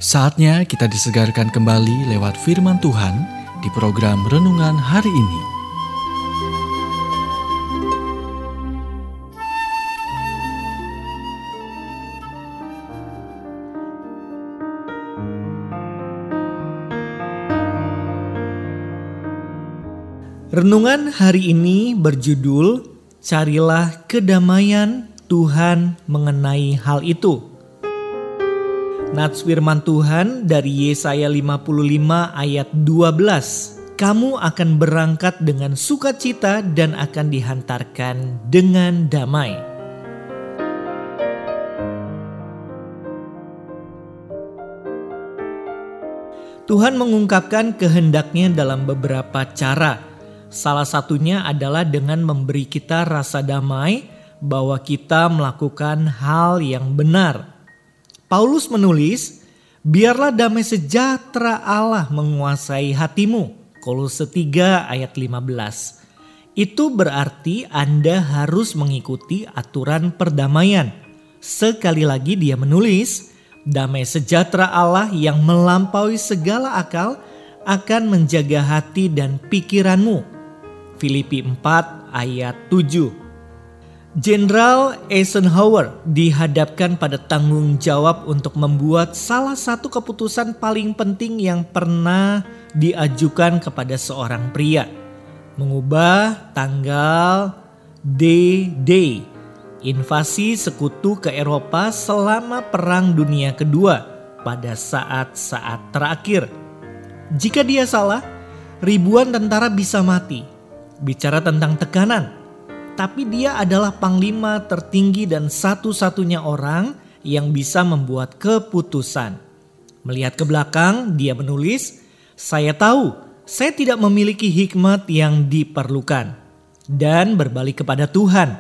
Saatnya kita disegarkan kembali lewat firman Tuhan di program Renungan Hari ini. Renungan hari ini berjudul Carilah Kedamaian Tuhan mengenai hal itu. Nats firman Tuhan dari Yesaya 55 ayat 12. Kamu akan berangkat dengan sukacita dan akan dihantarkan dengan damai. Tuhan mengungkapkan kehendaknya dalam beberapa cara. Salah satunya adalah dengan memberi kita rasa damai bahwa kita melakukan hal yang benar. Paulus menulis, biarlah damai sejahtera Allah menguasai hatimu. Kolose 3 ayat 15. Itu berarti Anda harus mengikuti aturan perdamaian. Sekali lagi dia menulis, damai sejahtera Allah yang melampaui segala akal akan menjaga hati dan pikiranmu. Filipi 4 ayat 7. Jenderal Eisenhower dihadapkan pada tanggung jawab untuk membuat salah satu keputusan paling penting yang pernah diajukan kepada seorang pria. Mengubah tanggal D-Day, invasi sekutu ke Eropa selama Perang Dunia Kedua pada saat-saat terakhir. Jika dia salah, ribuan tentara bisa mati. Bicara tentang tekanan, tapi dia adalah panglima tertinggi dan satu-satunya orang yang bisa membuat keputusan. Melihat ke belakang, dia menulis, saya tahu saya tidak memiliki hikmat yang diperlukan. Dan berbalik kepada Tuhan.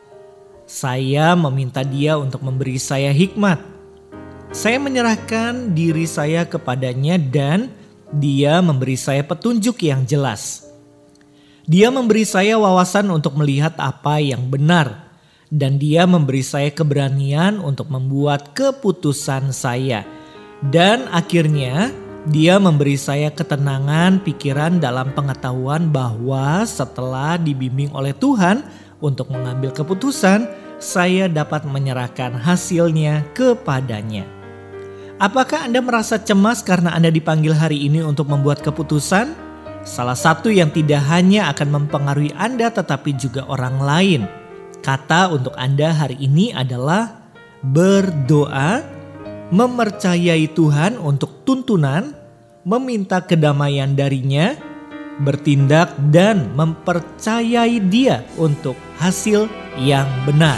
Saya meminta dia untuk memberi saya hikmat. Saya menyerahkan diri saya kepadanya dan dia memberi saya petunjuk yang jelas. Dia memberi saya wawasan untuk melihat apa yang benar. Dan dia memberi saya keberanian untuk membuat keputusan saya. Dan akhirnya dia memberi saya ketenangan pikiran dalam pengetahuan bahwa setelah dibimbing oleh Tuhan untuk mengambil keputusan, saya dapat menyerahkan hasilnya kepadanya. Apakah Anda merasa cemas karena Anda dipanggil hari ini untuk membuat keputusan? Salah satu yang tidak hanya akan mempengaruhi Anda tetapi juga orang lain. Kata untuk Anda hari ini adalah berdoa, mempercayai Tuhan untuk tuntunan, meminta kedamaian darinya, bertindak dan mempercayai Dia untuk hasil yang benar.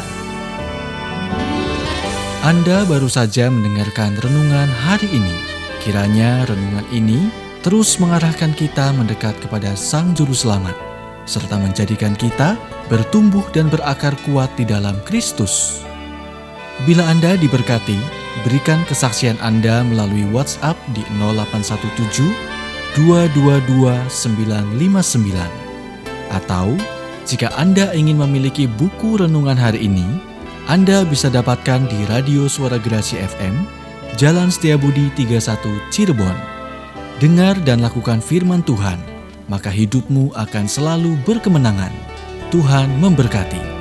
Anda baru saja mendengarkan renungan hari ini. Kiranya renungan ini terus mengarahkan kita mendekat kepada Sang Juru Selamat, serta menjadikan kita bertumbuh dan berakar kuat di dalam Kristus. Bila Anda diberkati, berikan kesaksian Anda melalui WhatsApp di 0817 222 959. Atau, jika Anda ingin memiliki buku renungan hari ini, Anda bisa dapatkan di Radio Suara Gerasi FM, Jalan Setiabudi 31 Cirebon. Dengar dan lakukan firman Tuhan, maka hidupmu akan selalu berkemenangan. Tuhan memberkati.